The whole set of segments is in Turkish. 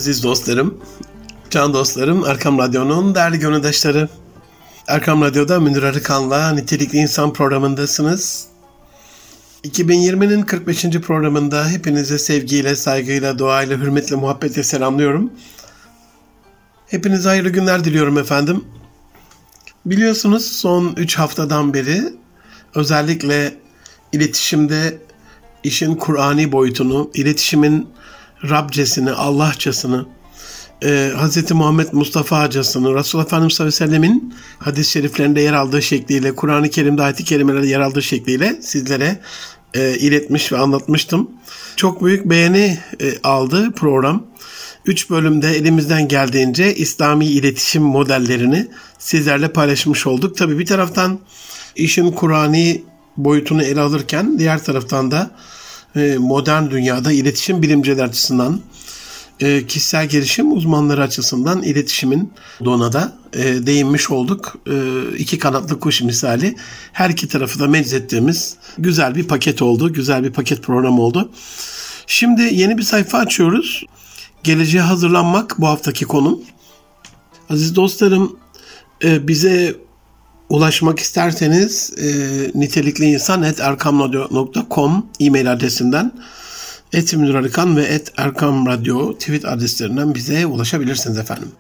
Aziz dostlarım, can dostlarım, Erkam Radyo'nun değerli gönüldaşları. Erkam Radyo'da Münir Arıkan'la Nitelikli İnsan programındasınız. 2020'nin 45. programında hepinize sevgiyle, saygıyla, duayla, hürmetle, muhabbetle selamlıyorum. Hepinize hayırlı günler diliyorum efendim. Biliyorsunuz son 3 haftadan beri özellikle iletişimde işin Kur'ani boyutunu, iletişimin Rabcesini, Allahçasını, Hz. Muhammed Mustafa'casını, Resulullah Efendimiz sallallahu aleyhi ve sellemin hadis-i şeriflerinde yer aldığı şekliyle, Kur'an-ı Kerim'de ayet-i kerimelerde yer aldığı şekliyle sizlere iletmiş ve anlatmıştım. Çok büyük beğeni aldı program. 3 bölümde elimizden geldiğince İslami iletişim modellerini sizlerle paylaşmış olduk. Tabii bir taraftan işin Kur'ani boyutunu ele alırken diğer taraftan da modern dünyada iletişim bilimciler açısından, kişisel gelişim uzmanları açısından iletişimin doğuna da değinmiş olduk. 2 kanatlı kuş misali her iki tarafı da meczettiğimiz güzel bir paket oldu. Güzel bir paket program oldu. Şimdi yeni bir sayfa açıyoruz. Geleceğe hazırlanmak bu haftaki konum. Aziz dostlarım, bize ulaşmak isterseniz nitelikliinsan@erkamradyo.com e-mail adresinden, @Münir Arıkan ve @erkamradyo tweet adreslerinden bize ulaşabilirsiniz efendim.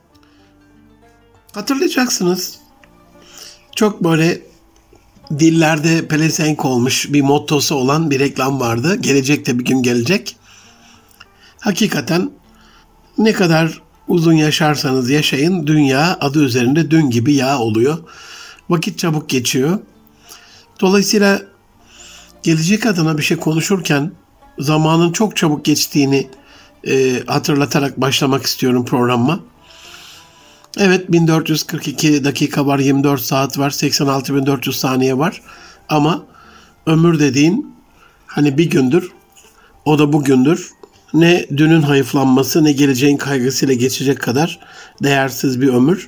Hatırlayacaksınız, çok böyle dillerde pelesenk olmuş bir mottosu olan bir reklam vardı. Gelecekte bir gün gelecek. Hakikaten ne kadar uzun yaşarsanız yaşayın, dünya adı üzerinde dün gibi yağ oluyor. Vakit çabuk geçiyor. Dolayısıyla gelecek adına bir şey konuşurken zamanın çok çabuk geçtiğini hatırlatarak başlamak istiyorum programıma. Evet, 1442 dakika var, 24 saat var, 86.400 saniye var. Ama ömür dediğin hani bir gündür, o da bugündür. Ne dünün hayıflanması ne geleceğin kaygısıyla geçecek kadar değersiz bir ömür.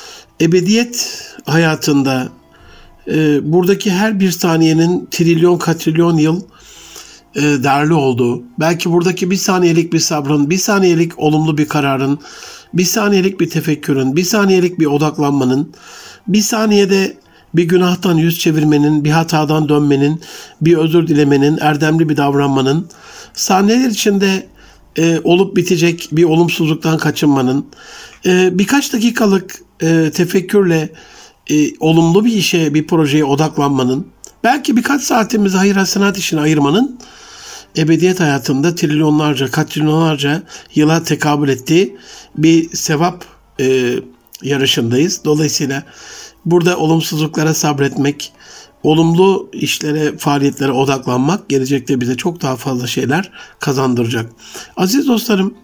Ebediyet hayatında buradaki her bir saniyenin trilyon katrilyon yıl değerli olduğu, belki buradaki bir saniyelik bir sabrın, bir saniyelik olumlu bir kararın, bir saniyelik bir tefekkürün, bir saniyelik bir odaklanmanın, bir saniyede bir günahtan yüz çevirmenin, bir hatadan dönmenin, bir özür dilemenin, erdemli bir davranmanın, saniyeler içinde olup bitecek bir olumsuzluktan kaçınmanın, birkaç dakikalık tefekkürle olumlu bir işe, bir projeye odaklanmanın, belki birkaç saatimizi hayır hasenat işine ayırmanın ebediyet hayatında trilyonlarca, katrilyonlarca yıla tekabül ettiği bir sevap yarışındayız. Dolayısıyla burada olumsuzluklara sabretmek, olumlu işlere, faaliyetlere odaklanmak gelecekte bize çok daha fazla şeyler kazandıracak. Aziz dostlarım,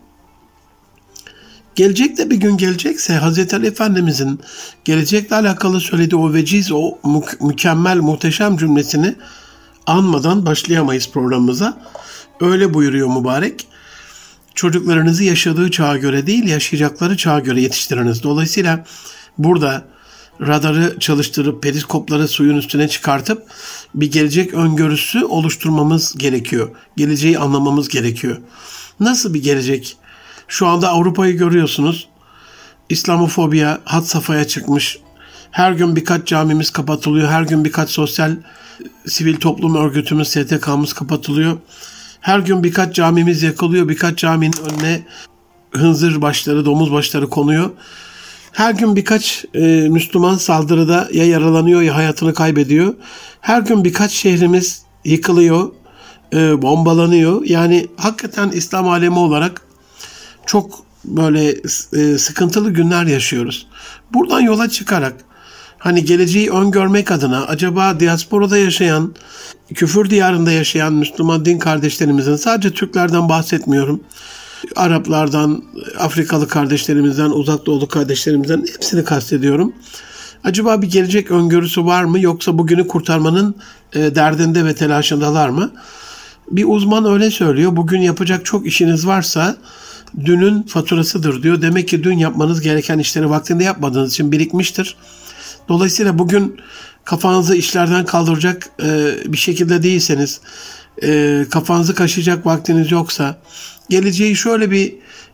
gelecekte bir gün gelecekse Hz. Ali Efendimizin gelecekle alakalı söylediği o veciz, o mükemmel, muhteşem cümlesini anmadan başlayamayız programımıza. Öyle buyuruyor mübarek. Çocuklarınızı yaşadığı çağa göre değil, yaşayacakları çağa göre yetiştiriniz. Dolayısıyla burada radarı çalıştırıp periskopları suyun üstüne çıkartıp bir gelecek öngörüsü oluşturmamız gerekiyor. Geleceği anlamamız gerekiyor. Nasıl bir gelecek? Şu anda Avrupa'yı görüyorsunuz. İslamofobiya had safhaya çıkmış. Her gün birkaç camimiz kapatılıyor. Her gün birkaç sosyal sivil toplum örgütümüz, STK'mız kapatılıyor. Her gün birkaç camimiz yakılıyor. Birkaç caminin önüne hınzır başları, domuz başları konuyor. Her gün birkaç Müslüman saldırıda ya yaralanıyor ya hayatını kaybediyor. Her gün birkaç şehrimiz yıkılıyor, bombalanıyor. Yani hakikaten İslam alemi olarak çok böyle sıkıntılı günler yaşıyoruz. Buradan yola çıkarak hani geleceği öngörmek adına acaba diasporada yaşayan, küfür diyarında yaşayan Müslüman din kardeşlerimizin, sadece Türklerden bahsetmiyorum, Araplardan, Afrikalı kardeşlerimizden, Uzak Doğulu kardeşlerimizden hepsini kastediyorum. Acaba bir gelecek öngörüsü var mı, yoksa bugünü kurtarmanın derdinde ve telaşındalar mı? Bir uzman öyle söylüyor. Bugün yapacak çok işiniz varsa dünün faturasıdır diyor. Demek ki dün yapmanız gereken işleri vaktinde yapmadığınız için birikmiştir. Dolayısıyla bugün kafanızı işlerden kaldıracak bir şekilde değilseniz, kafanızı kaşıyacak vaktiniz yoksa, geleceği şöyle bir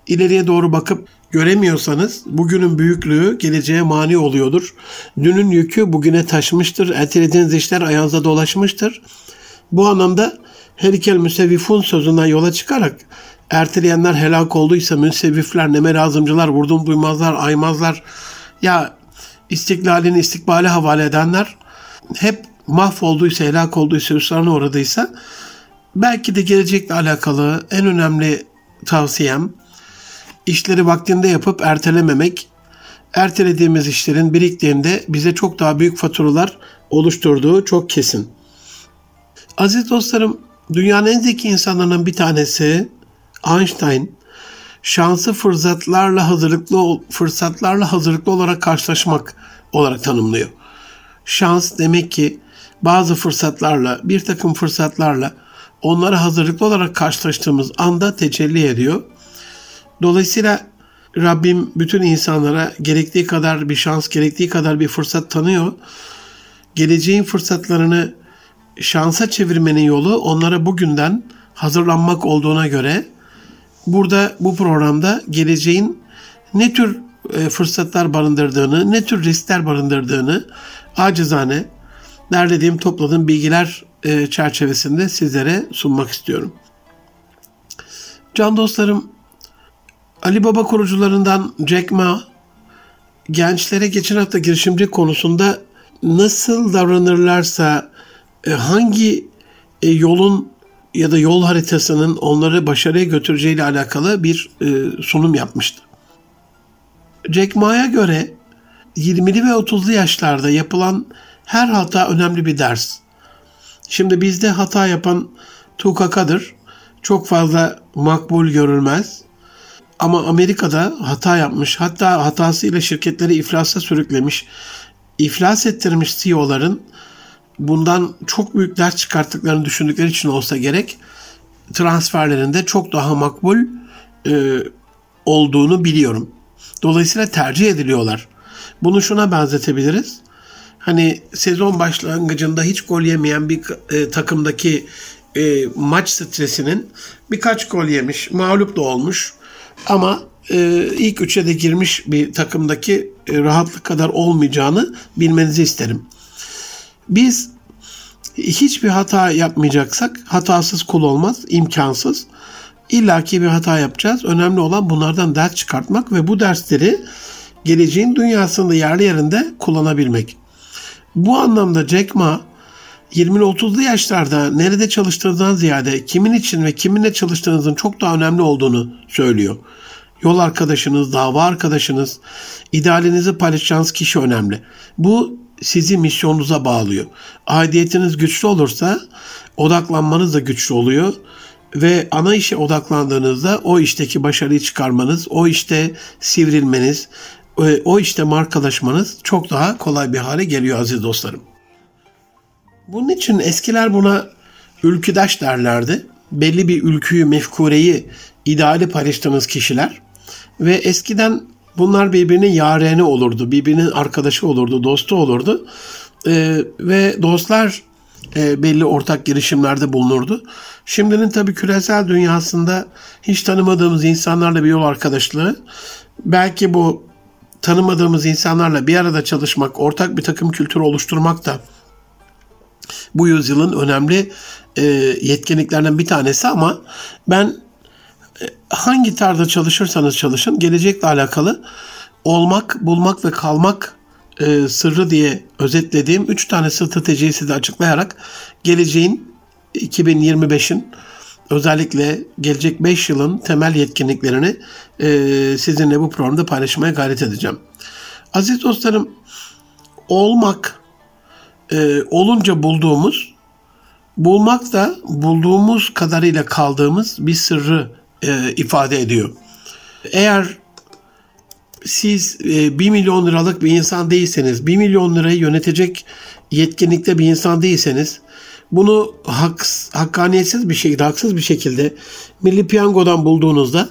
ileriye doğru bakıp göremiyorsanız bugünün büyüklüğü geleceğe mani oluyordur. Dünün yükü bugüne taşmıştır. Ertelediğiniz işler ayağınıza dolaşmıştır. Bu anlamda herikel müsevvifun sözünden yola çıkarak erteleyenler helak olduysa müsevvifler, neme lazımcılar, vurdum duymazlar, aymazlar, ya istiklalini istikbale havale edenler hep mahvolduysa, helak olduysa, hüsrana uğradıysa belki de gelecekle alakalı en önemli tavsiyem işleri vaktinde yapıp ertelememek. Ertelediğimiz işlerin biriktiğinde bize çok daha büyük faturalar oluşturduğu çok kesin. Aziz dostlarım, dünyanın en zeki insanlarının bir tanesi Einstein, şansı fırsatlarla hazırlıklı olarak karşılaşmak olarak tanımlıyor. Şans demek ki bazı fırsatlarla, bir takım fırsatlarla onlara hazırlıklı olarak karşılaştığımız anda tecelli ediyor. Dolayısıyla Rabbim bütün insanlara gerektiği kadar bir şans, gerektiği kadar bir fırsat tanıyor. Geleceğin fırsatlarını şansa çevirmenin yolu onlara bugünden hazırlanmak olduğuna göre burada bu programda geleceğin ne tür fırsatlar barındırdığını, ne tür riskler barındırdığını acizane derlediğim, topladığım bilgiler çerçevesinde sizlere sunmak istiyorum. Can dostlarım, Ali Baba kurucularından Jack Ma, gençlere geçen hafta girişimcilik konusunda nasıl davranırlarsa hangi yolun ya da yol haritasının onları başarıya götüreceğiyle alakalı bir sunum yapmıştı. Jack Ma'ya göre 20'li ve 30'lu yaşlarda yapılan her hata önemli bir ders. Şimdi bizde hata yapan tukakadır. Çok fazla makbul görülmez. Ama Amerika'da hata yapmış, hatta hatasıyla şirketleri iflasa sürüklemiş, iflas ettirmiş CEO'ların bundan çok büyük ders çıkarttıklarını düşündükleri için olsa gerek transferlerinde çok daha makbul olduğunu biliyorum. Dolayısıyla tercih ediliyorlar. Bunu şuna benzetebiliriz. Hani sezon başlangıcında hiç gol yemeyen bir takımdaki maç stresinin birkaç gol yemiş, mağlup da olmuş ama ilk üçe de girmiş bir takımdaki rahatlık kadar olmayacağını bilmenizi isterim. Biz hiçbir hata yapmayacaksak hatasız kul olmaz, imkansız. İllaki bir hata yapacağız. Önemli olan bunlardan ders çıkartmak ve bu dersleri geleceğin dünyasında yerli yerinde kullanabilmek. Bu anlamda Jack Ma 20-30'lu yaşlarda nerede çalıştığınızdan ziyade kimin için ve kiminle çalıştığınızın çok daha önemli olduğunu söylüyor. Yol arkadaşınız, dava arkadaşınız, idealinizi paylaşacağınız kişi önemli. Bu sizi misyonunuza bağlıyor. Aidiyetiniz güçlü olursa odaklanmanız da güçlü oluyor ve ana işe odaklandığınızda o işteki başarıyı çıkarmanız, o işte sivrilmeniz, o işte markalaşmanız çok daha kolay bir hale geliyor aziz dostlarım. Bunun için eskiler buna ülküdaş derlerdi. Belli bir ülküyü, mefkureyi, ideali paylaştığınız kişiler ve eskiden bunlar birbirinin yareni olurdu, birbirinin arkadaşı olurdu, dostu olurdu ve dostlar belli ortak girişimlerde bulunurdu. Şimdinin tabii küresel dünyasında hiç tanımadığımız insanlarla bir yol arkadaşlığı, belki bu tanımadığımız insanlarla bir arada çalışmak, ortak bir takım kültürü oluşturmak da bu yüzyılın önemli yetkinliklerinden bir tanesi ama ben hangi tarzda çalışırsanız çalışın gelecekle alakalı olmak, bulmak ve kalmak sırrı diye özetlediğim 3 tane stratejiyi size açıklayarak geleceğin 2025'in özellikle gelecek 5 yılın temel yetkinliklerini sizinle bu programda paylaşmaya gayret edeceğim. Aziz dostlarım, olmak olunca bulduğumuz, bulmak da bulduğumuz kadarıyla kaldığımız bir sırrı ifade ediyor. Eğer siz 1 milyon liralık bir insan değilseniz, 1 milyon lirayı yönetecek yetkinlikte bir insan değilseniz, bunu hakkaniyetsiz bir şekilde, haksız bir şekilde Milli Piyango'dan bulduğunuzda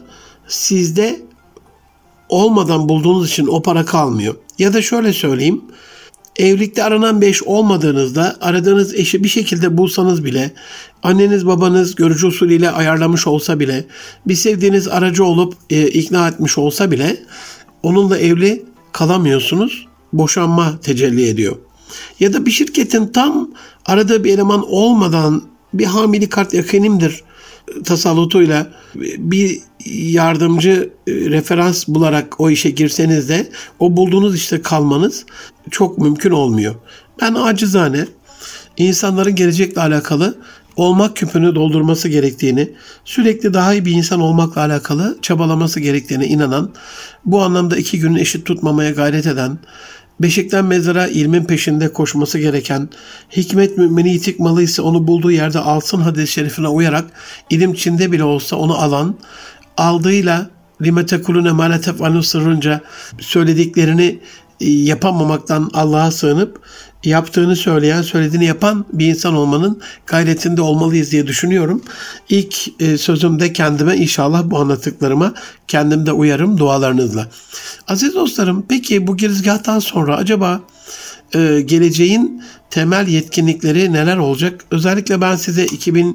sizde olmadan bulduğunuz için o para kalmıyor. Ya da şöyle söyleyeyim, Evlilikte aranan bir eş olmadığınızda aradığınız eşi bir şekilde bulsanız bile, anneniz babanız görücü usulüyle ayarlamış olsa bile, bir sevdiğiniz aracı olup ikna etmiş olsa bile onunla evli kalamıyorsunuz. Boşanma tecelli ediyor. Ya da bir şirketin tam aradığı bir eleman olmadan bir hamili kart yakinimdir tasallutuyla bir yardımcı referans bularak o işe girseniz de o bulduğunuz işte kalmanız çok mümkün olmuyor. Ben acizane insanların gelecekle alakalı olmak küpünü doldurması gerektiğini, sürekli daha iyi bir insan olmakla alakalı çabalaması gerektiğine inanan, bu anlamda 2 günü eşit tutmamaya gayret eden, beşikten mezara ilmin peşinde koşması gereken, hikmet mümini yitik malı ise onu bulduğu yerde alsın hadis-i şerifine uyarak, ilim Çin'de bile olsa onu alan, aldığıyla lime tekulune ma la tef'alun sırrınca söylediklerini yapamamaktan Allah'a sığınıp yaptığını söyleyen, söylediğini yapan bir insan olmanın gayretinde olmalıyız diye düşünüyorum. İlk sözümde kendime, inşallah bu anlattıklarıma kendim de uyarım dualarınızla. Aziz dostlarım, peki bu girizgahtan sonra acaba geleceğin temel yetkinlikleri neler olacak? Özellikle ben size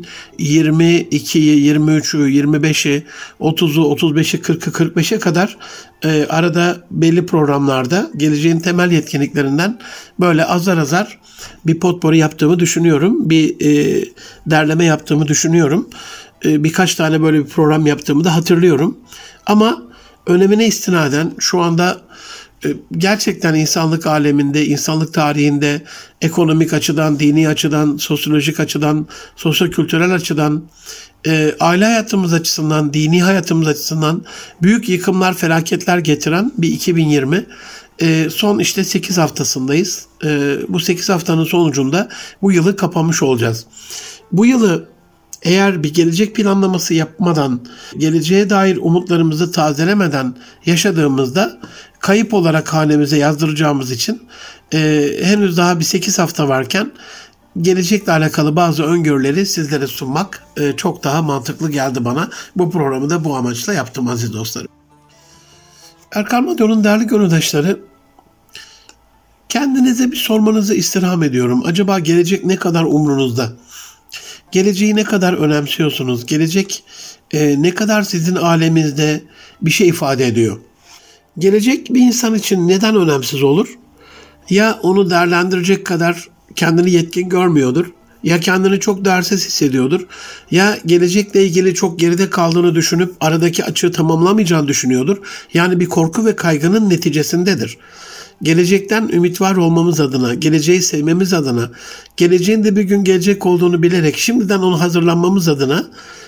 2022'yi, 23'ü, 25'i, 30'u, 35'i, 40'ı, 45'e kadar arada belli programlarda geleceğin temel yetkinliklerinden böyle azar azar bir potpourri yaptığımı düşünüyorum. Bir derleme yaptığımı düşünüyorum. Birkaç tane böyle bir program yaptığımı da hatırlıyorum. Ama önemine istinaden şu anda gerçekten insanlık aleminde, insanlık tarihinde ekonomik açıdan, dini açıdan, sosyolojik açıdan, sosyo-kültürel açıdan, aile hayatımız açısından, dini hayatımız açısından büyük yıkımlar, felaketler getiren bir 2020. Son işte 8 haftasındayız. Bu 8 haftanın sonucunda bu yılı kapamış olacağız. Bu yılı eğer bir gelecek planlaması yapmadan, geleceğe dair umutlarımızı tazelemeden yaşadığımızda kayıp olarak hanemize yazdıracağımız için henüz daha bir 8 hafta varken gelecekle alakalı bazı öngörüleri sizlere sunmak çok daha mantıklı geldi bana. Bu programı da bu amaçla yaptım aziz dostlarım. Erkam Radyo'nun değerli gönüldaşları, kendinize bir sormanızı istirham ediyorum. Acaba gelecek ne kadar umrunuzda? Geleceği ne kadar önemsiyorsunuz? Gelecek ne kadar sizin aleminizde bir şey ifade ediyor? Gelecek bir insan için neden önemsiz olur? Ya onu değerlendirecek kadar kendini yetkin görmüyordur, ya kendini çok değersiz hissediyordur, ya gelecekle ilgili çok geride kaldığını düşünüp aradaki açığı tamamlamayacağını düşünüyordur. Yani bir korku ve kaygının neticesindedir. Gelecekten ümit var olmamız adına, geleceği sevmemiz adına, geleceğin de bir gün gelecek olduğunu bilerek şimdiden onu hazırlanmamız adına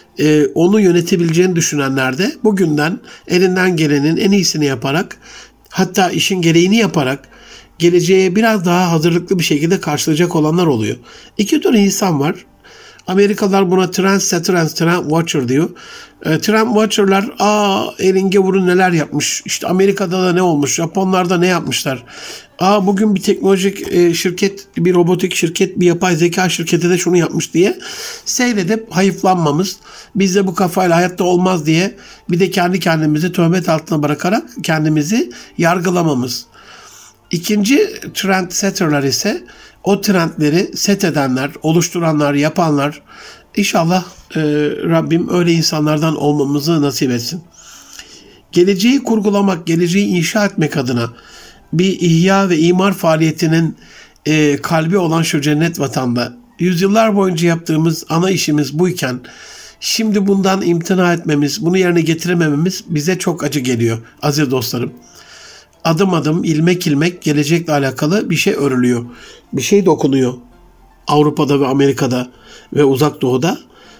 onu yönetebileceğini düşünenler de bugünden elinden gelenin en iyisini yaparak, hatta işin gereğini yaparak geleceğe biraz daha hazırlıklı bir şekilde karşılayacak olanlar oluyor. 2 tür insan var. Amerikalılar buna trendsetter and trend watcher diyor. Trend watcher'lar elin gavuru neler yapmış. İşte Amerika'da da ne olmuş. Japonlar'da ne yapmışlar. Bugün bir teknolojik şirket, bir robotik şirket, bir yapay zeka şirketi de şunu yapmış diye seyredip hayıflanmamız. Biz de bu kafayla hayatta olmaz diye bir de kendi kendimizi töhmet altına bırakarak kendimizi yargılamamız. İkinci trendsetter'lar ise o trendleri set edenler, oluşturanlar, yapanlar. İnşallah Rabbim öyle insanlardan olmamızı nasip etsin. Geleceği kurgulamak, geleceği inşa etmek adına bir ihya ve imar faaliyetinin kalbi olan şu cennet vatanda yüzyıllar boyunca yaptığımız ana işimiz buyken şimdi bundan imtina etmemiz, bunu yerine getiremememiz bize çok acı geliyor aziz dostlarım. Adım adım, ilmek ilmek gelecekle alakalı bir şey örülüyor. Bir şey dokunuyor. Avrupa'da ve Amerika'da ve Uzak Doğu'da.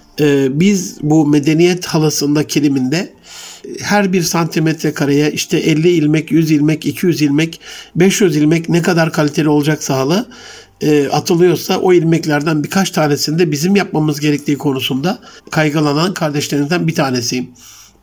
Biz bu medeniyet halasında kiliminde her bir santimetre kareye işte 50 ilmek, 100 ilmek, 200 ilmek, 500 ilmek ne kadar kaliteli olacaksa halı atılıyorsa o ilmeklerden birkaç tanesinde bizim yapmamız gerektiği konusunda kaygılanan kardeşlerimizden bir tanesiyim.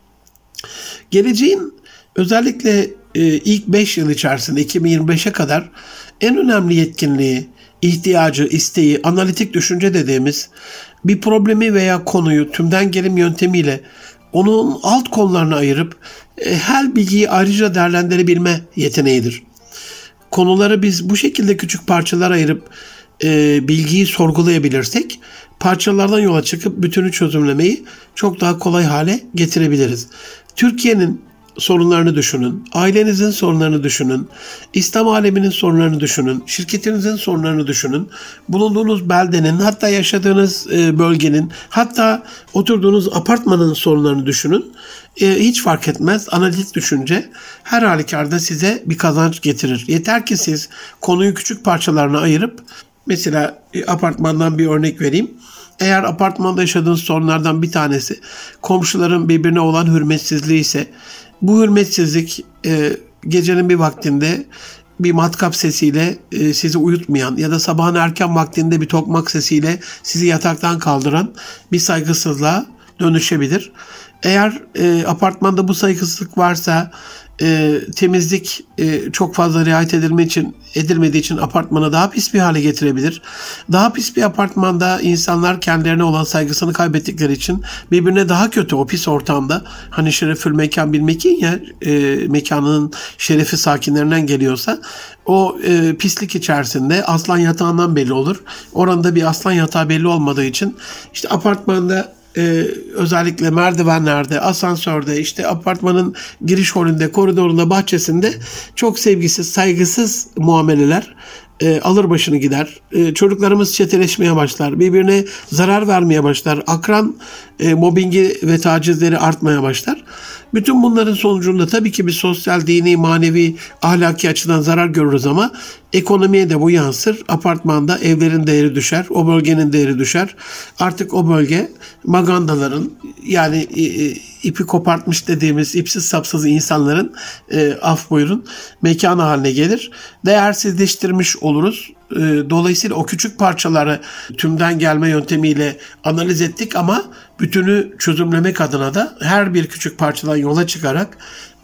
Geleceğin özellikle ilk 5 yıl içerisinde 2025'e kadar en önemli yetkinliği, ihtiyacı, isteği, analitik düşünce dediğimiz bir problemi veya konuyu tümden gelim yöntemiyle onun alt konularına ayırıp her bilgiyi ayrıca değerlendirebilme yeteneğidir. Konuları biz bu şekilde küçük parçalara ayırıp bilgiyi sorgulayabilirsek parçalardan yola çıkıp bütünü çözümlemeyi çok daha kolay hale getirebiliriz. Türkiye'nin sorunlarını düşünün, ailenizin sorunlarını düşünün, İslam aleminin sorunlarını düşünün, şirketinizin sorunlarını düşünün, bulunduğunuz beldenin, hatta yaşadığınız bölgenin, hatta oturduğunuz apartmanın sorunlarını düşünün. Hiç fark etmez. Analitik düşünce her halükarda size bir kazanç getirir. Yeter ki siz konuyu küçük parçalarına ayırıp, mesela apartmandan bir örnek vereyim. Eğer apartmanda yaşadığınız sorunlardan bir tanesi komşuların birbirine olan hürmetsizliği ise, bu hürmetsizlik gecenin bir vaktinde bir matkap sesiyle sizi uyutmayan ya da sabahın erken vaktinde bir tokmak sesiyle sizi yataktan kaldıran bir saygısızlığa dönüşebilir. Eğer apartmanda bu saygısızlık varsa, temizlik çok fazla riayet edilmediği için apartmanı daha pis bir hale getirebilir. Daha pis bir apartmanda insanlar kendilerine olan saygısını kaybettikleri için birbirine daha kötü o pis ortamda, hani şerefül mekan bil mekin ya, mekanının şerefi sakinlerinden geliyorsa, o pislik içerisinde aslan yatağından belli olur. Oranda bir aslan yatağı belli olmadığı için işte apartmanda özellikle merdivenlerde, asansörde, işte apartmanın giriş holünde, koridorunda, bahçesinde çok sevgisiz, saygısız muameleler alır başını gider. Çocuklarımız çeteleşmeye başlar. Birbirine zarar vermeye başlar. Akran mobbingi ve tacizleri artmaya başlar. Bütün bunların sonucunda tabii ki bir sosyal, dini, manevi, ahlaki açıdan zarar görürüz ama ekonomiye de bu yansır. Apartmanda evlerin değeri düşer, o bölgenin değeri düşer. Artık o bölge magandaların, yani ipi kopartmış dediğimiz ipsiz sapsız insanların, af buyurun, mekanı haline gelir. Değersizleştirmiş oluruz. Dolayısıyla o küçük parçaları tümden gelme yöntemiyle analiz ettik ama bütünü çözümlemek adına da her bir küçük parçadan yola çıkarak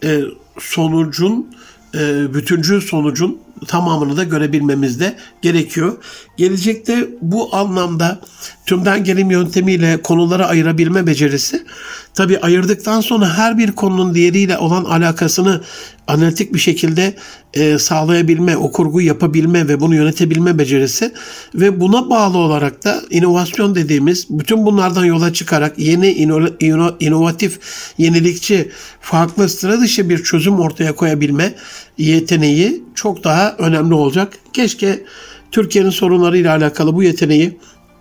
bütüncül sonucun tamamını da görebilmemiz de gerekiyor. Gelecekte bu anlamda tümden gelim yöntemiyle konuları ayırabilme becerisi, tabii ayırdıktan sonra her bir konunun diğeriyle olan alakasını analitik bir şekilde sağlayabilme, o kurguyu yapabilme ve bunu yönetebilme becerisi ve buna bağlı olarak da inovasyon dediğimiz, bütün bunlardan yola çıkarak yeni, inovatif, yenilikçi, farklı, sıra dışı bir çözüm ortaya koyabilme yeteneği çok daha önemli olacak. Keşke Türkiye'nin sorunlarıyla alakalı bu yeteneği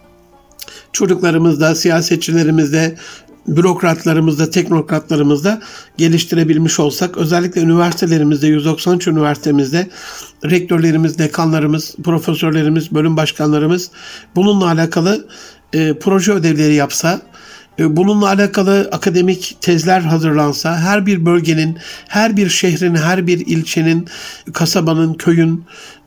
çocuklarımızda, siyasetçilerimizde, bürokratlarımızda, teknokratlarımızda geliştirebilmiş olsak. Özellikle üniversitelerimizde, 193 üniversitemizde rektörlerimiz, dekanlarımız, profesörlerimiz, bölüm başkanlarımız bununla alakalı proje ödevleri yapsa, bununla alakalı akademik tezler hazırlansa, her bir bölgenin, her bir şehrin, her bir ilçenin, kasabanın, köyün,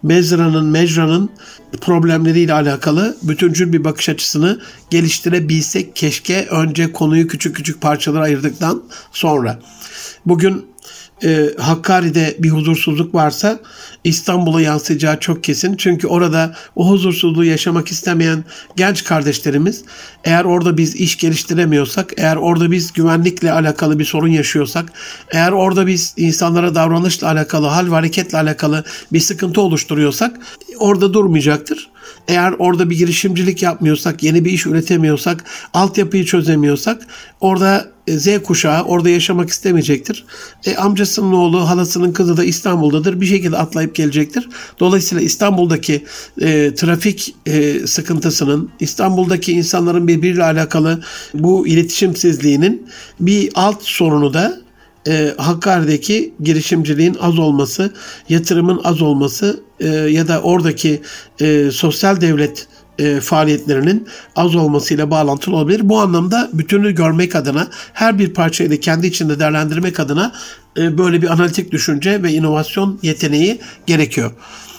mecranın problemleriyle alakalı bütüncül bir bakış açısını geliştirebilsek keşke, önce konuyu küçük küçük parçalara ayırdıktan sonra. Bugün Hakkari'de bir huzursuzluk varsa İstanbul'a yansıyacağı çok kesin. Çünkü orada o huzursuzluğu yaşamak istemeyen genç kardeşlerimiz, eğer orada biz iş geliştiremiyorsak, eğer orada biz güvenlikle alakalı bir sorun yaşıyorsak, eğer orada biz insanlara davranışla alakalı, hal ve hareketle alakalı bir sıkıntı oluşturuyorsak orada durmayacaktır. Eğer orada bir girişimcilik yapmıyorsak, yeni bir iş üretemiyorsak, altyapıyı çözemiyorsak orada Z kuşağı orada yaşamak istemeyecektir. Amcasının oğlu, halasının kızı da İstanbul'dadır. Bir şekilde atlayıp gelecektir. Dolayısıyla İstanbul'daki trafik sıkıntısının, İstanbul'daki insanların birbiriyle alakalı bu iletişimsizliğinin bir alt sorunu da Hakkari'deki girişimciliğin az olması, yatırımın az olması ya da oradaki sosyal devlet faaliyetlerinin az olmasıyla bağlantılı olabilir. Bu anlamda bütünü görmek adına, her bir parçayı da kendi içinde değerlendirmek adına böyle bir analitik düşünce ve inovasyon yeteneği gerekiyor.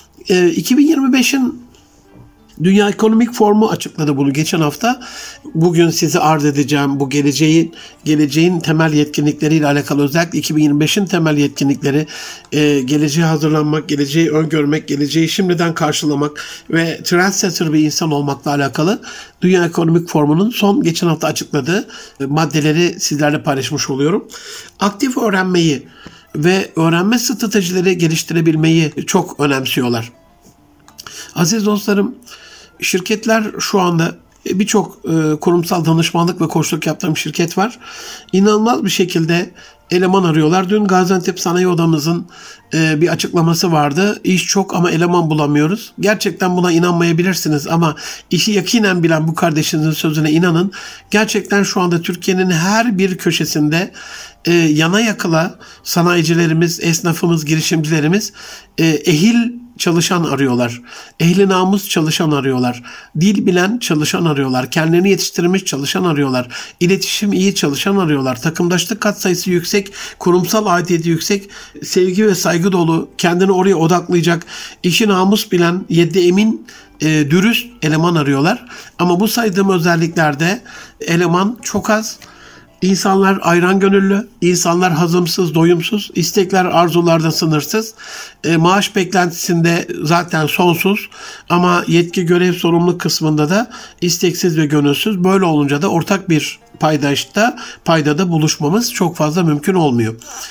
2025'in Dünya Ekonomik Forumu açıkladı bunu geçen hafta. Bugün size arz edeceğim bu geleceğin temel yetkinlikleriyle alakalı, özellikle 2025'in temel yetkinlikleri, geleceğe hazırlanmak, geleceği öngörmek, geleceği şimdiden karşılamak ve trendsetter bir insan olmakla alakalı Dünya Ekonomik Forumu'nun geçen hafta açıkladığı maddeleri sizlerle paylaşmış oluyorum. Aktif öğrenmeyi ve öğrenme stratejileri geliştirebilmeyi çok önemsiyorlar. Aziz dostlarım, şirketler şu anda birçok kurumsal danışmanlık ve koçluk yaptığım şirket var. İnanılmaz bir şekilde eleman arıyorlar. Dün Gaziantep Sanayi Odamızın bir açıklaması vardı. İş çok ama eleman bulamıyoruz. Gerçekten buna inanmayabilirsiniz ama işi yakinen bilen bu kardeşinizin sözüne inanın. Gerçekten şu anda Türkiye'nin her bir köşesinde yana yakıla sanayicilerimiz, esnafımız, girişimcilerimiz ehil çalışan arıyorlar. Ehli namus çalışan arıyorlar. Dil bilen çalışan arıyorlar. Kendini yetiştirmiş çalışan arıyorlar. İletişim iyi çalışan arıyorlar. Takımdaşlık katsayısı yüksek, kurumsal aidiyeti yüksek, sevgi ve saygı dolu, kendini oraya odaklayacak, işi namus bilen, yeddi emin, dürüst eleman arıyorlar. Ama bu saydığım özelliklerde eleman çok az. İnsanlar ayran gönüllü, insanlar hazımsız, doyumsuz, istekler, arzular da sınırsız, maaş beklentisinde zaten sonsuz ama yetki, görev, sorumluluk kısmında da isteksiz ve gönülsüz. Böyle olunca da ortak bir paydada buluşmamız çok fazla mümkün olmuyor.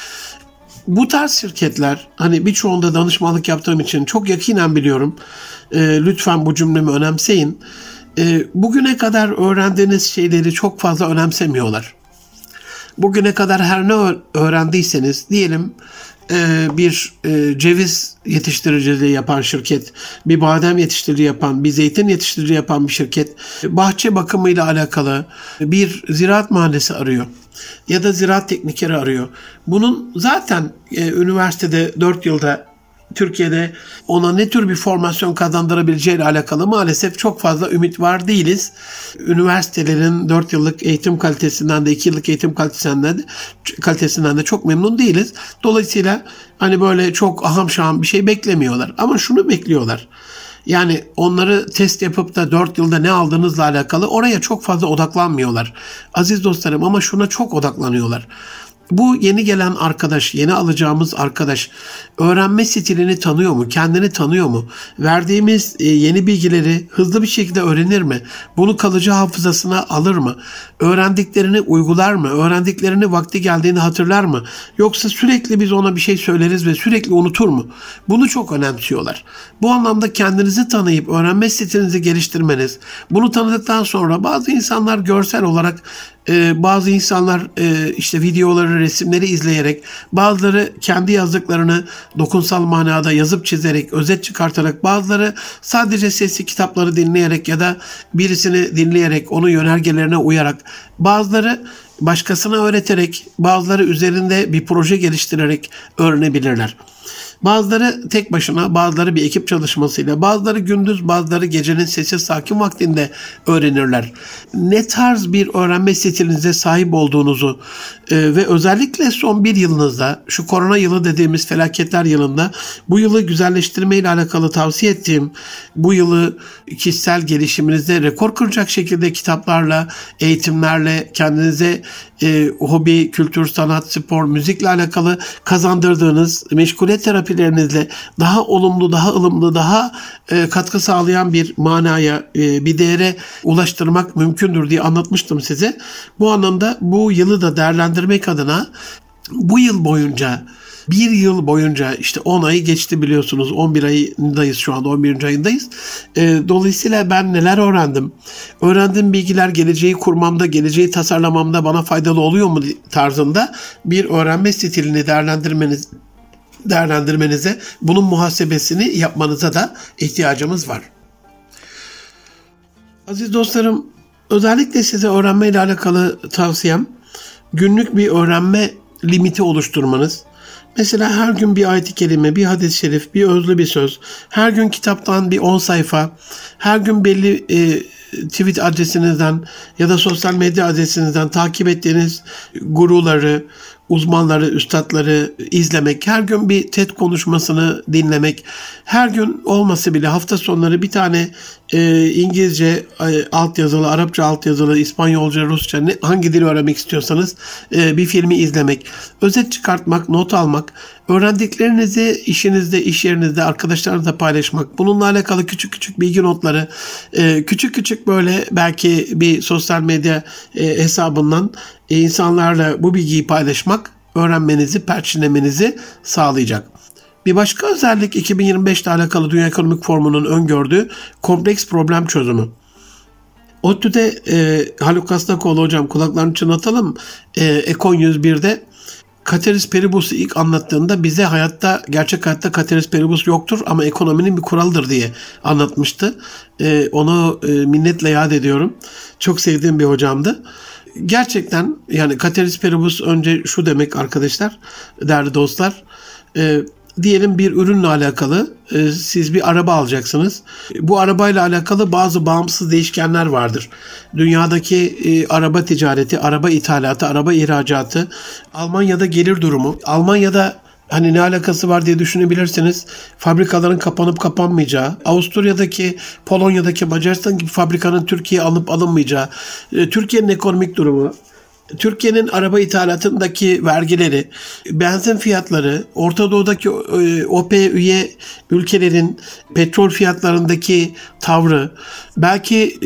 Bu tarz şirketler, hani birçoğunda danışmanlık yaptığım için çok yakinen biliyorum. Lütfen bu cümlemi önemseyin. Bugüne kadar öğrendiğiniz şeyleri çok fazla önemsemiyorlar. Bugüne kadar her ne öğrendiyseniz, diyelim bir ceviz yetiştiriciliği yapan şirket, bir badem yetiştiriciliği yapan, bir zeytin yetiştiriciliği yapan bir şirket, bahçe bakımıyla alakalı bir ziraat mühendisi arıyor ya da ziraat teknikeri arıyor. Bunun zaten üniversitede 4 yılda Türkiye'de ona ne tür bir formasyon kazandırabileceğiyle alakalı maalesef çok fazla ümit var değiliz. Üniversitelerin 4 yıllık eğitim kalitesinden de 2 yıllık eğitim kalitesinden de çok memnun değiliz. Dolayısıyla hani böyle çok aham şaham bir şey beklemiyorlar. Ama şunu bekliyorlar. Yani onları test yapıp da 4 yılda ne aldığınızla alakalı oraya çok fazla odaklanmıyorlar. Aziz dostlarım, ama şuna çok odaklanıyorlar. Bu yeni gelen arkadaş, yeni alacağımız arkadaş öğrenme stilini tanıyor mu? Kendini tanıyor mu? Verdiğimiz yeni bilgileri hızlı bir şekilde öğrenir mi? Bunu kalıcı hafızasına alır mı? Öğrendiklerini uygular mı? Öğrendiklerini vakti geldiğini hatırlar mı? Yoksa sürekli biz ona bir şey söyleriz ve sürekli unutur mu? Bunu çok önemsiyorlar. Bu anlamda kendinizi tanıyıp öğrenme stilinizi geliştirmeniz, bunu tanıdıktan sonra bazı insanlar görsel olarak, bazı insanlar işte videoları, resimleri izleyerek, bazıları kendi yazdıklarını dokunsal manada yazıp çizerek, özet çıkartarak, bazıları sadece sesli kitapları dinleyerek ya da birisini dinleyerek, onun yönergelerine uyarak, bazıları başkasına öğreterek, bazıları üzerinde bir proje geliştirerek öğrenebilirler. Bazıları tek başına, bazıları bir ekip çalışmasıyla, bazıları gündüz, bazıları gecenin sessiz sakin vaktinde öğrenirler. Ne tarz bir öğrenme stilinize sahip olduğunuzu ve özellikle son bir yılınızda, şu korona yılı dediğimiz felaketler yılında, bu yılı güzelleştirme ile alakalı tavsiye ettiğim, bu yılı kişisel gelişiminizde rekor kıracak şekilde kitaplarla, eğitimlerle, kendinize hobi, kültür, sanat, spor, müzikle alakalı kazandırdığınız meşguliyet terapilerinizle daha olumlu, daha ılımlı, daha katkı sağlayan bir manaya, bir değere ulaştırmak mümkündür diye anlatmıştım size. Bu anlamda bu yılı da değerlendirmek adına bu yıl boyunca, bir yıl boyunca, işte 10 ayı geçti biliyorsunuz, 11 ayındayız şu anda, 11. ayındayız. Dolayısıyla ben neler öğrendim? Öğrendiğim bilgiler geleceği kurmamda, geleceği tasarlamamda bana faydalı oluyor mu tarzında bir öğrenme stilini değerlendirmenize, bunun muhasebesini yapmanıza da ihtiyacımız var. Aziz dostlarım, özellikle size öğrenme ile alakalı tavsiyem, günlük bir öğrenme limiti oluşturmanız. Mesela her gün bir ayet-i kerime, bir hadis-i şerif, bir özlü bir söz, her gün kitaptan bir 10 sayfa, her gün belli tweet adresinizden ya da sosyal medya adresinizden takip ettiğiniz guruları, uzmanları, üstadları izlemek, her gün bir TED konuşmasını dinlemek, her gün olmasa bile hafta sonları bir tane İngilizce altyazılı, Arapça altyazılı, İspanyolca, Rusça, hangi dili öğrenmek istiyorsanız bir filmi izlemek, özet çıkartmak, not almak, öğrendiklerinizi işinizde, iş yerinizde, arkadaşlarınızla paylaşmak, bununla alakalı küçük küçük bilgi notları, küçük küçük böyle belki bir sosyal medya hesabından insanlarla bu bilgiyi paylaşmak öğrenmenizi, perçinlemenizi sağlayacak. Bir başka özellik 2025 ile alakalı Dünya Ekonomik Forumu'nun öngördüğü kompleks problem çözümü. ODTÜ'de Haluk Kasnakoğlu hocam, kulaklarını çınlatalım, Ekon 101'de Ceteris Paribus'u ilk anlattığında bize gerçek hayatta Ceteris Paribus yoktur ama ekonominin bir kuralıdır diye anlatmıştı. Onu minnetle yad ediyorum. Çok sevdiğim bir hocamdı. Gerçekten yani Ceteris Paribus önce şu demek arkadaşlar, değerli dostlar. Diyelim bir ürünle alakalı siz bir araba alacaksınız. Bu arabayla alakalı bazı bağımsız değişkenler vardır. Dünyadaki araba ticareti, araba ithalatı, araba ihracatı, Almanya'da gelir durumu, Almanya'da hani ne alakası var diye düşünebilirsiniz. Fabrikaların kapanıp kapanmayacağı, Avusturya'daki, Polonya'daki, Macaristan gibi fabrikanın Türkiye'ye alınıp alınmayacağı, Türkiye'nin ekonomik durumu, Türkiye'nin araba ithalatındaki vergileri, benzin fiyatları, Orta Doğu'daki OPEC üye ülkelerin petrol fiyatlarındaki tavrı, belki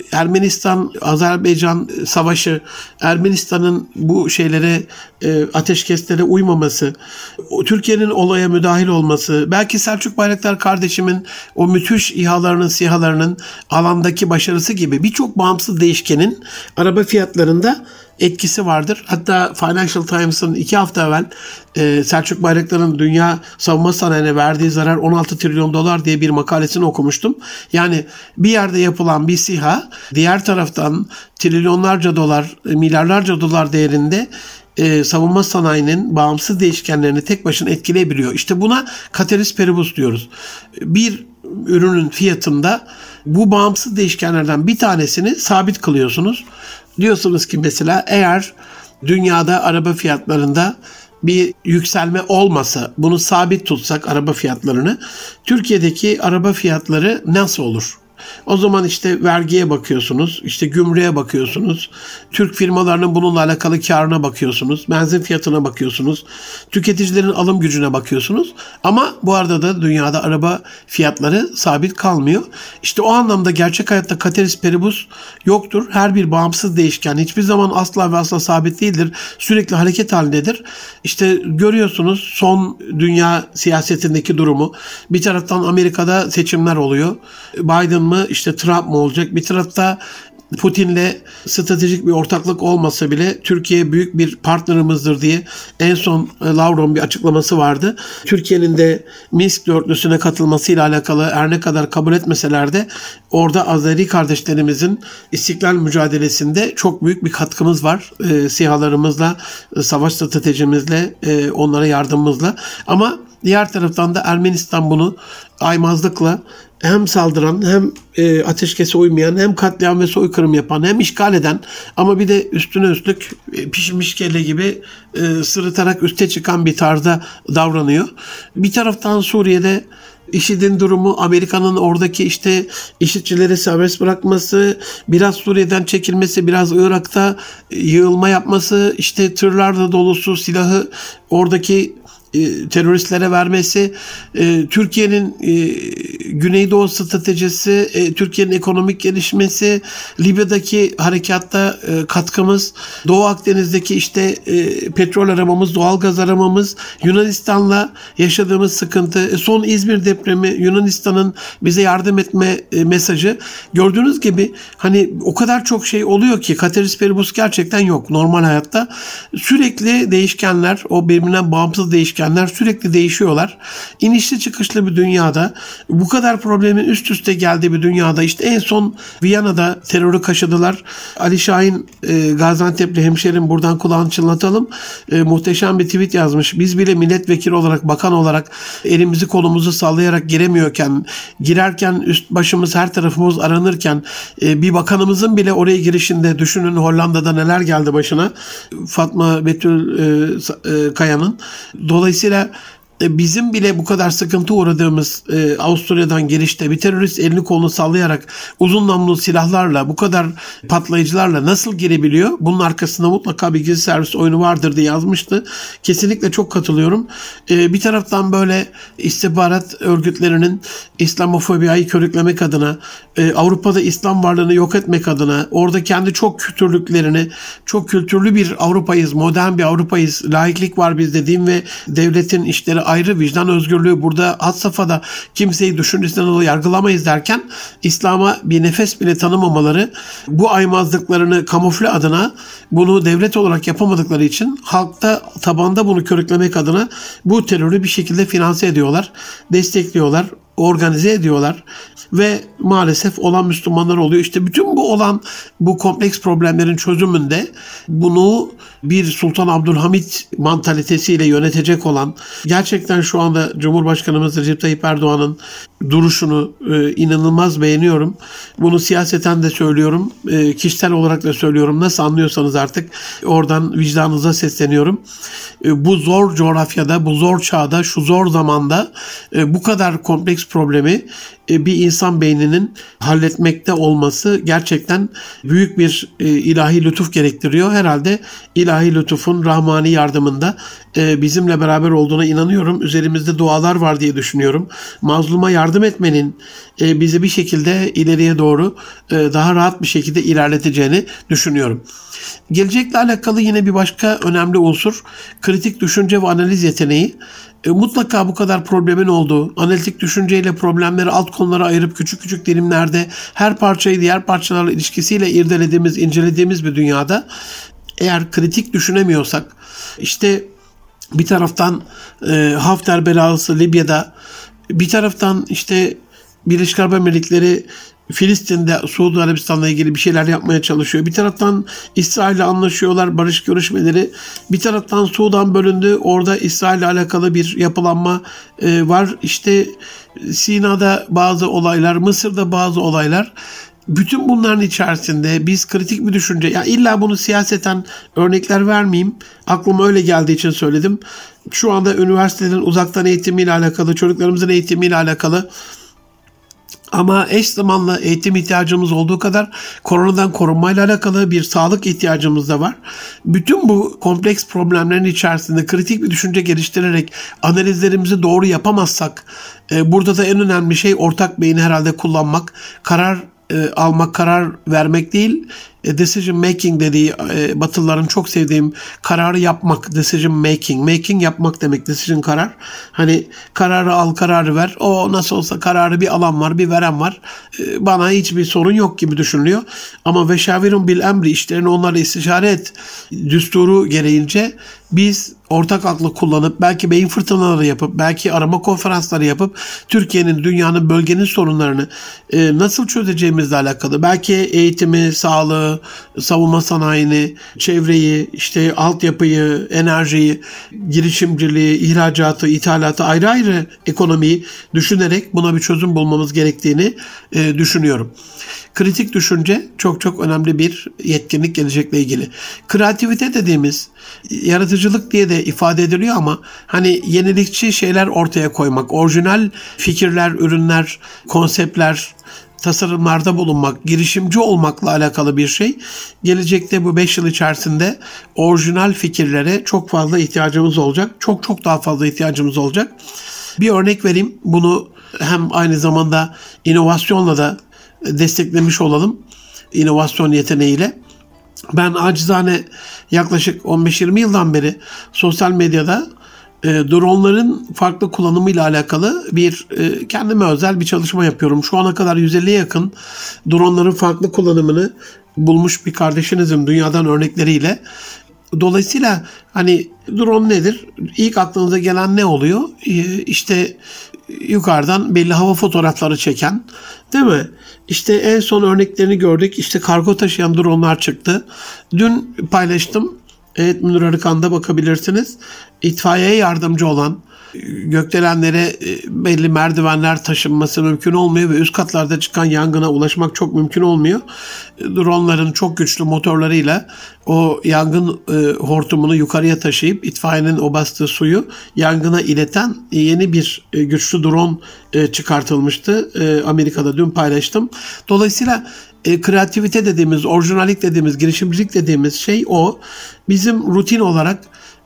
Ermenistan-Azerbaycan savaşı, Ermenistan'ın bu şeylere, ateşkeslere uymaması, Türkiye'nin olaya müdahil olması, belki Selçuk Bayraktar kardeşimin o müthiş SİHA'larının alandaki başarısı gibi birçok bağımsız değişkenin araba fiyatlarında etkisi vardır. Hatta Financial Times'ın 2 hafta evvel Selçuk Bayraktar'ın dünya savunma sanayine verdiği zarar 16 trilyon dolar diye bir makalesini okumuştum. Yani bir yerde yapılan bir SİHA diğer taraftan trilyonlarca dolar, milyarlarca dolar değerinde savunma sanayinin bağımsız değişkenlerini tek başına etkileyebiliyor. İşte buna Ceteris Paribus diyoruz. Bir ürünün fiyatında bu bağımsız değişkenlerden bir tanesini sabit kılıyorsunuz. Diyorsunuz ki mesela eğer dünyada araba fiyatlarında bir yükselme olmasa, bunu sabit tutsak araba fiyatlarını, Türkiye'deki araba fiyatları nasıl olur? O zaman işte vergiye bakıyorsunuz, işte gümrüğe bakıyorsunuz, Türk firmalarının bununla alakalı karına bakıyorsunuz, benzin fiyatına bakıyorsunuz, tüketicilerin alım gücüne bakıyorsunuz. Ama bu arada da dünyada araba fiyatları sabit kalmıyor. İşte o anlamda gerçek hayatta Ceteris Paribus yoktur. Her bir bağımsız değişken hiçbir zaman asla ve asla sabit değildir. Sürekli hareket halindedir. İşte görüyorsunuz son dünya siyasetindeki durumu. Bir taraftan Amerika'da seçimler oluyor. Biden mı işte Trump mı olacak? Bir tarafta Putin'le stratejik bir ortaklık olmasa bile Türkiye büyük bir partnerimizdir diye en son Lavrov'un bir açıklaması vardı. Türkiye'nin de Minsk dörtlüsüne katılmasıyla alakalı her ne kadar kabul etmeseler de orada Azeri kardeşlerimizin istiklal mücadelesinde çok büyük bir katkımız var. SİHA'larımızla, savaş stratejimizle, onlara yardımımızla. Ama diğer taraftan da Ermenistan bunu aymazlıkla hem saldıran hem ateşkese uymayan hem katliam ve soykırım yapan hem işgal eden ama bir de üstüne üstlük pişmiş kelle gibi sırıtarak üste çıkan bir tarzda davranıyor. Bir taraftan Suriye'de IŞİD'in durumu, Amerika'nın oradaki işte IŞİD'çileri serbest bırakması, biraz Suriye'den çekilmesi, biraz Irak'ta yığılma yapması, işte tırlarla dolusu silahı oradaki teröristlere vermesi, Türkiye'nin Güneydoğu stratejisi, Türkiye'nin ekonomik gelişmesi, Libya'daki harekatta katkımız, Doğu Akdeniz'deki işte petrol aramamız, doğalgaz aramamız, Yunanistan'la yaşadığımız sıkıntı, son İzmir depremi, Yunanistan'ın bize yardım etme mesajı. Gördüğünüz gibi hani o kadar çok şey oluyor ki Ceteris Paribus gerçekten yok normal hayatta. Sürekli değişkenler, o birbirinden bağımsız değişkenler sürekli değişiyorlar. İnişli çıkışlı bir dünyada, bu kadar problemin üst üste geldiği bir dünyada, işte en son Viyana'da terörü kaşıdılar. Ali Şahin, Gaziantep'li hemşerim, buradan kulağını çınlatalım. Muhteşem bir tweet yazmış. Biz bile milletvekili olarak, bakan olarak elimizi kolumuzu sallayarak giremiyorken, girerken üst başımız, her tarafımız aranırken, bir bakanımızın bile oraya girişinde düşünün Hollanda'da neler geldi başına. Fatma Betül Kaya'nın. Dolayısıyla Bizim bile bu kadar sıkıntı uğradığımız Avusturya'dan girişte bir terörist elini kolunu sallayarak uzun namlulu silahlarla, bu kadar patlayıcılarla nasıl girebiliyor? Bunun arkasında mutlaka bir gizli servis oyunu vardır diye yazmıştı. Kesinlikle çok katılıyorum. Bir taraftan böyle istihbarat örgütlerinin İslamofobiyi körüklemek adına, Avrupa'da İslam varlığını yok etmek adına, orada kendi çok kültürlüklerini, çok kültürlü bir Avrupa'yız, modern bir Avrupa'yız, laiklik var biz dediğim ve devletin işleri ayrı, vicdan özgürlüğü burada had safhada, kimseyi düşüncesinden dolayı yargılamayız derken İslam'a bir nefes bile tanımamaları, bu aymazlıklarını kamufle adına, bunu devlet olarak yapamadıkları için halkta, tabanda bunu körüklemek adına bu terörü bir şekilde finanse ediyorlar, destekliyorlar, organize ediyorlar ve maalesef olan Müslümanlar oluyor. İşte bütün bu kompleks problemlerin çözümünde bunu bir Sultan Abdülhamit mantalitesiyle yönetecek olan, gerçekten şu anda Cumhurbaşkanımız Recep Tayyip Erdoğan'ın duruşunu inanılmaz beğeniyorum. Bunu siyaseten de söylüyorum, kişisel olarak da söylüyorum. Nasıl anlıyorsanız artık oradan vicdanınıza sesleniyorum. Bu zor coğrafyada, bu zor çağda, şu zor zamanda bu kadar kompleks problemi bir insan beyninin halletmekte olması gerçekten büyük bir ilahi lütuf gerektiriyor. Herhalde ilahi lütufun rahmani yardımında bizimle beraber olduğuna inanıyorum. Üzerimizde dualar var diye düşünüyorum. Mazluma yardım etmenin bizi bir şekilde ileriye doğru daha rahat bir şekilde ilerleteceğini düşünüyorum. Gelecekle alakalı yine bir başka önemli unsur kritik düşünce ve analiz yeteneği. Mutlaka bu kadar problemin olduğu, analitik düşünceyle problemleri alt konulara ayırıp küçük küçük dilimlerde her parçayı diğer parçalarla ilişkisiyle irdelediğimiz, incelediğimiz bir dünyada eğer kritik düşünemiyorsak, işte bir taraftan Hafter belası Libya'da, bir taraftan işte Birleşik Arap Emirlikleri Filistin'de Suudi Arabistan'la ilgili bir şeyler yapmaya çalışıyor. Bir taraftan İsrail'le anlaşıyorlar, barış görüşmeleri. Bir taraftan Sudan bölündü. Orada İsrail'le alakalı bir yapılanma var. İşte Sina'da bazı olaylar, Mısır'da bazı olaylar. Bütün bunların içerisinde biz kritik bir düşünce, ya illa bunu siyaseten örnekler vermeyeyim, aklıma öyle geldiği için söyledim. Şu anda üniversitelerin uzaktan eğitimiyle alakalı, çocuklarımızın eğitimiyle alakalı, ama eş zamanlı eğitim ihtiyacımız olduğu kadar koronadan korunmayla alakalı bir sağlık ihtiyacımız da var. Bütün bu kompleks problemlerin içerisinde kritik bir düşünce geliştirerek analizlerimizi doğru yapamazsak, burada da en önemli şey ortak beyni herhalde kullanmak, karar almak, karar vermek değil, decision making dediği Batılıların çok sevdiğim kararı yapmak, decision making. Making yapmak demek, decision karar. Hani kararı al, kararı ver. O nasıl olsa kararı bir alan var, bir veren var. Bana hiçbir sorun yok gibi düşünülüyor. Ama ve şavirun bil emri, işlerini onlarla istişare et düsturu gereğince biz ortak aklı kullanıp, belki beyin fırtınaları yapıp, belki arama konferansları yapıp Türkiye'nin, dünyanın, bölgenin sorunlarını nasıl çözeceğimizle alakalı, belki eğitimi, sağlığı, savunma sanayini, çevreyi, işte altyapıyı, enerjiyi, girişimciliği, ihracatı, ithalatı, ayrı ayrı ekonomiyi düşünerek buna bir çözüm bulmamız gerektiğini düşünüyorum. Kritik düşünce çok çok önemli bir yetkinlik gelecekle ilgili. Kreativite dediğimiz, yaratıcılık diye de ifade ediliyor ama hani yenilikçi şeyler ortaya koymak, orijinal fikirler, ürünler, konseptler, tasarımlarda bulunmak, girişimci olmakla alakalı bir şey. Gelecekte bu 5 yıl içerisinde orijinal fikirlere çok fazla ihtiyacımız olacak. Çok çok daha fazla ihtiyacımız olacak. Bir örnek vereyim. Bunu hem aynı zamanda inovasyonla da desteklemiş olalım. İnovasyon yeteneğiyle. Ben acizane yaklaşık 15-20 yıldan beri sosyal medyada dronların farklı kullanımıyla alakalı bir kendime özel bir çalışma yapıyorum. Şu ana kadar 150'ye yakın dronların farklı kullanımını bulmuş bir kardeşinizim dünyadan örnekleriyle. Dolayısıyla hani drone nedir? İlk aklınıza gelen ne oluyor? İşte yukarıdan belli hava fotoğrafları çeken, değil mi? İşte en son örneklerini gördük. İşte kargo taşıyan dronlar çıktı. Dün paylaştım. Evet, Münir Arıkan'da bakabilirsiniz. İtfaiyeye yardımcı olan, gökdelenlere belli merdivenler taşınması mümkün olmuyor ve üst katlarda çıkan yangına ulaşmak çok mümkün olmuyor. Dronların çok güçlü motorlarıyla o yangın hortumunu yukarıya taşıyıp itfaiyenin o bastığı suyu yangına ileten yeni bir güçlü drone çıkartılmıştı. Amerika'da dün paylaştım. Dolayısıyla kreativite dediğimiz, orijinallik dediğimiz, girişimcilik dediğimiz şey o. Bizim rutin olarak,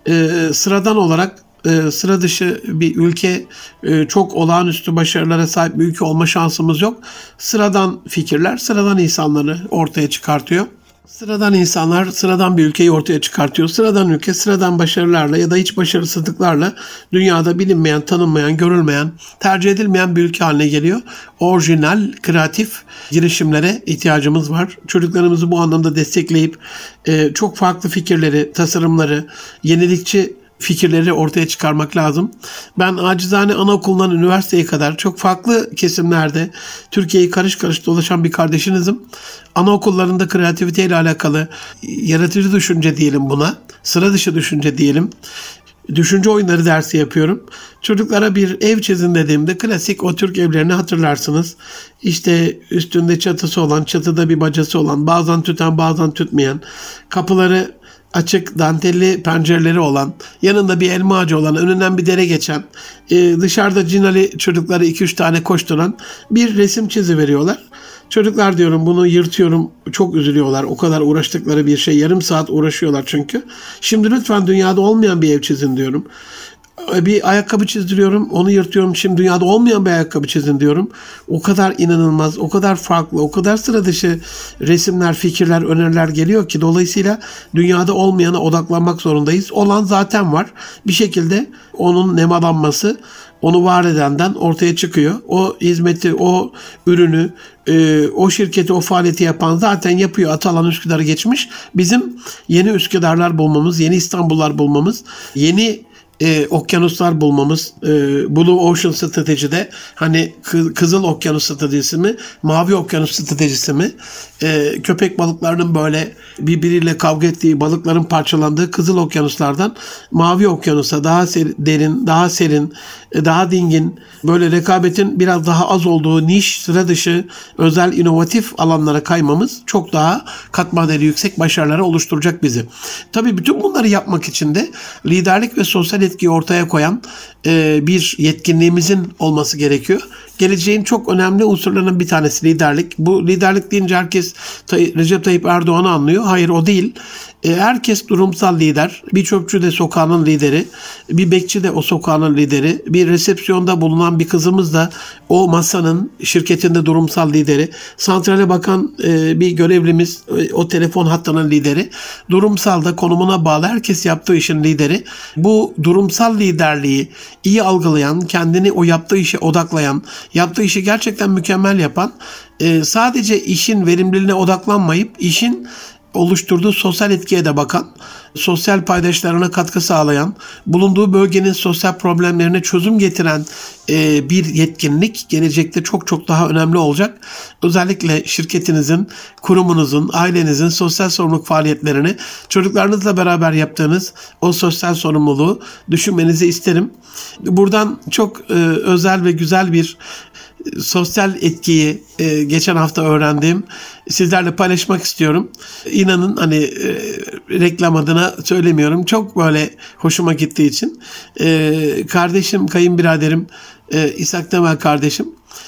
sıradan olarak, sıra dışı bir ülke, çok olağanüstü başarılara sahip bir ülke olma şansımız yok. Sıradan fikirler, sıradan insanları ortaya çıkartıyor. Sıradan insanlar sıradan bir ülkeyi ortaya çıkartıyor. Sıradan ülke sıradan başarılarla ya da hiç başarısızlıklarla dünyada bilinmeyen, tanınmayan, görülmeyen, tercih edilmeyen bir ülke haline geliyor. Orijinal, kreatif girişimlere ihtiyacımız var. Çocuklarımızı bu anlamda destekleyip çok farklı fikirleri, tasarımları, yenilikçi fikirleri ortaya çıkarmak lazım. Ben acizane anaokulundan üniversiteye kadar çok farklı kesimlerde Türkiye'yi karış karış dolaşan bir kardeşinizim. Anaokullarında kreativiteyle alakalı yaratıcı düşünce diyelim buna, sıra dışı düşünce diyelim, düşünce oyunları dersi yapıyorum. Çocuklara bir ev çizin dediğimde klasik o Türk evlerini hatırlarsınız. İşte üstünde çatısı olan, çatıda bir bacası olan, bazen tüten bazen tütmeyen, kapıları açık dantelli pencereleri olan, yanında bir elma ağacı olan, önünden bir dere geçen, dışarıda cinali çocukları 2-3 tane koşturan bir resim çiziveriyorlar. Çocuklar diyorum bunu yırtıyorum, çok üzülüyorlar. O kadar uğraştıkları bir şey, yarım saat uğraşıyorlar çünkü. Şimdi lütfen dünyada olmayan bir ev çizin diyorum. Bir ayakkabı çizdiriyorum, onu yırtıyorum. Şimdi dünyada olmayan bir ayakkabı çizin diyorum. O kadar inanılmaz, o kadar farklı, o kadar sıra dışı resimler, fikirler, öneriler geliyor ki dolayısıyla dünyada olmayana odaklanmak zorundayız. Olan zaten var. Bir şekilde onun nemalanması, onu var edenden ortaya çıkıyor. O hizmeti, o ürünü, o şirketi, o faaliyeti yapan zaten yapıyor. Atalan Üsküdar'ı geçmiş. Bizim yeni Üsküdar'lar bulmamız, yeni İstanbul'lar bulmamız, yeni okyanuslar bulmamız, Blue Ocean stratejide hani Kızıl Okyanus stratejisi mi, Mavi Okyanus stratejisi mi, köpek balıklarının böyle birbiriyle kavga ettiği, balıkların parçalandığı Kızıl Okyanuslardan Mavi Okyanus'a daha derin, daha serin, daha dingin, böyle rekabetin biraz daha az olduğu niş, sıra dışı, özel, inovatif alanlara kaymamız çok daha katma değeri yüksek başarılara oluşturacak bizi. Tabii bütün bunları yapmak için de liderlik ve sosyal etkiyi ortaya koyan bir yetkinliğimizin olması gerekiyor. Geleceğin çok önemli unsurlarının bir tanesi liderlik. Bu liderlik deyince herkes Recep Tayyip Erdoğan'ı anlıyor. Hayır, o değil. Herkes durumsal lider. Bir çöpçü de sokağının lideri. Bir bekçi de o sokağının lideri. Bir resepsiyonda bulunan bir kızımız da o masanın, şirketinde durumsal lideri. Santrale bakan bir görevlimiz o telefon hattının lideri. Durumsal da konumuna bağlı herkes yaptığı işin lideri. Bu durumsal liderliği iyi algılayan, kendini o yaptığı işe odaklayan, yaptığı işi gerçekten mükemmel yapan, sadece işin verimliliğine odaklanmayıp işin oluşturduğu sosyal etkiye de bakan, sosyal paydaşlarına katkı sağlayan, bulunduğu bölgenin sosyal problemlerine çözüm getiren bir yetkinlik gelecekte çok çok daha önemli olacak. Özellikle şirketinizin, kurumunuzun, ailenizin sosyal sorumluluk faaliyetlerini çocuklarınızla beraber yaptığınız o sosyal sorumluluğu düşünmenizi isterim. Buradan çok özel ve güzel bir sosyal etkiyi geçen hafta öğrendiğim sizlerle paylaşmak istiyorum. İnanın hani reklam adına söylemiyorum. Çok böyle hoşuma gittiği için. Kardeşim, kayınbiraderim İshak Temel kardeşim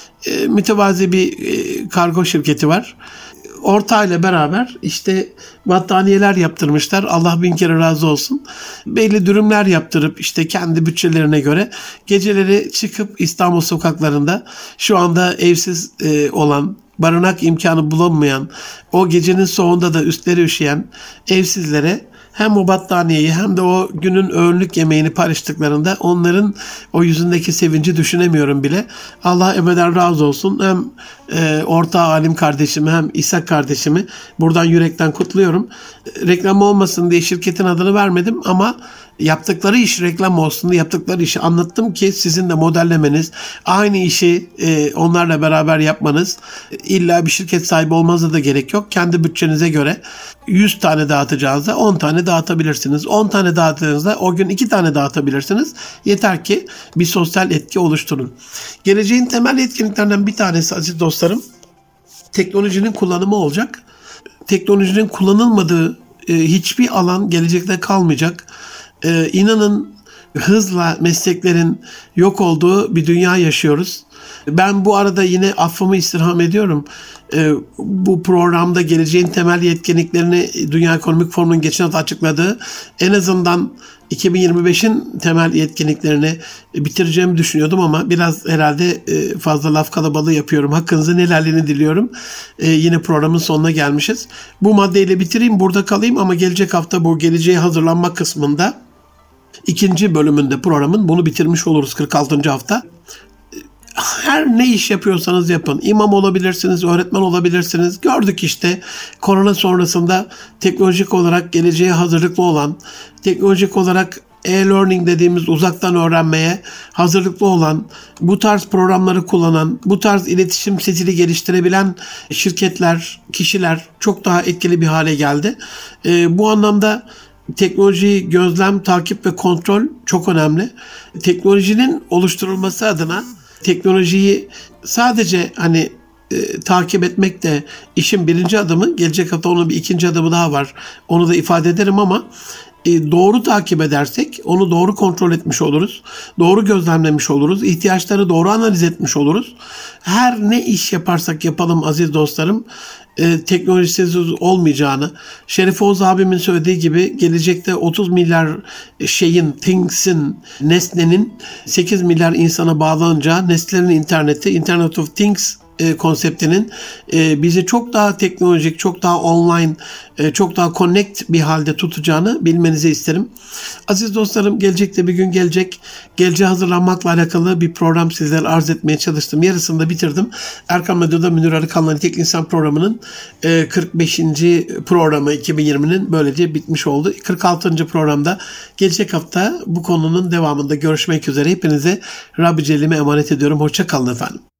mütevazi bir kargo şirketi var. Ortağıyla beraber işte battaniyeler yaptırmışlar. Allah bin kere razı olsun. Belli dürümler yaptırıp işte kendi bütçelerine göre geceleri çıkıp İstanbul sokaklarında şu anda evsiz olan, barınak imkanı bulunmayan, o gecenin soğuğunda da üstleri üşüyen evsizlere hem o battaniyeyi hem de o günün öğünlük yemeğini paylaştıklarında onların o yüzündeki sevinci düşünemiyorum bile. Allah ebeden razı olsun. Hem ortağı Alim kardeşimi hem İshak kardeşimi buradan yürekten kutluyorum. Reklam olmasın diye şirketin adını vermedim ama yaptıkları iş reklam olsun diye yaptıkları işi anlattım ki sizin de modellemeniz, aynı işi onlarla beraber yapmanız, illa bir şirket sahibi olmanıza da gerek yok. Kendi bütçenize göre 100 tane dağıtacağınıza 10 tane tane dağıtabilirsiniz. 10 tane dağıttığınızda o gün 2 tane dağıtabilirsiniz. Yeter ki bir sosyal etki oluşturun. Geleceğin temel etkinliklerinden bir tanesi aziz dostlarım, teknolojinin kullanımı olacak. Teknolojinin kullanılmadığı hiçbir alan gelecekte kalmayacak. İnanın hızla mesleklerin yok olduğu bir dünya yaşıyoruz. Ben bu arada yine affımı istirham ediyorum. Bu programda geleceğin temel yetkinliklerini Dünya Ekonomik Forumu'nun geçen hafta açıkladığı, en azından 2025'in temel yetkinliklerini bitireceğimi düşünüyordum ama biraz herhalde fazla laf kalabalığı yapıyorum. Hakkınızın helalliğini diliyorum. Yine programın sonuna gelmişiz. Bu maddeyle bitireyim, burada kalayım ama gelecek hafta bu geleceğe hazırlanma kısmında ikinci bölümünde programın bunu bitirmiş oluruz 46. hafta. Her ne iş yapıyorsanız yapın. İmam olabilirsiniz, öğretmen olabilirsiniz. Gördük işte korona sonrasında teknolojik olarak geleceğe hazırlıklı olan, teknolojik olarak e-learning dediğimiz uzaktan öğrenmeye hazırlıklı olan, bu tarz programları kullanan, bu tarz iletişim stili geliştirebilen şirketler, kişiler çok daha etkili bir hale geldi. Bu anlamda teknolojiyi gözlem, takip ve kontrol çok önemli. Teknolojinin oluşturulması adına teknolojiyi sadece takip etmek de işin birinci adımı. Gelecek hafta onun bir ikinci adımı daha var. Onu da ifade ederim ama doğru takip edersek onu doğru kontrol etmiş oluruz. Doğru gözlemlemiş oluruz. İhtiyaçları doğru analiz etmiş oluruz. Her ne iş yaparsak yapalım aziz dostlarım, teknolojisiz olmayacağını, Şerif Oğuz abimin söylediği gibi gelecekte 30 milyar things'in, nesnenin 8 milyar insana bağlanacağı nesnelerin interneti, Internet of Things konseptinin bizi çok daha teknolojik, çok daha online, çok daha connect bir halde tutacağını bilmenizi isterim. Aziz dostlarım, gelecekte bir gün gelecek. Geleceğe hazırlanmakla alakalı bir program sizlere arz etmeye çalıştım. Yarısını da bitirdim. Erkam Radyo'da Münir Arıkan'la Nitelikli İnsan programının 45. programı 2020'nin böylece bitmiş oldu. 46. programda gelecek hafta bu konunun devamında görüşmek üzere. Hepinize Rabbi Celle'ime emanet ediyorum. Hoşça kalın efendim.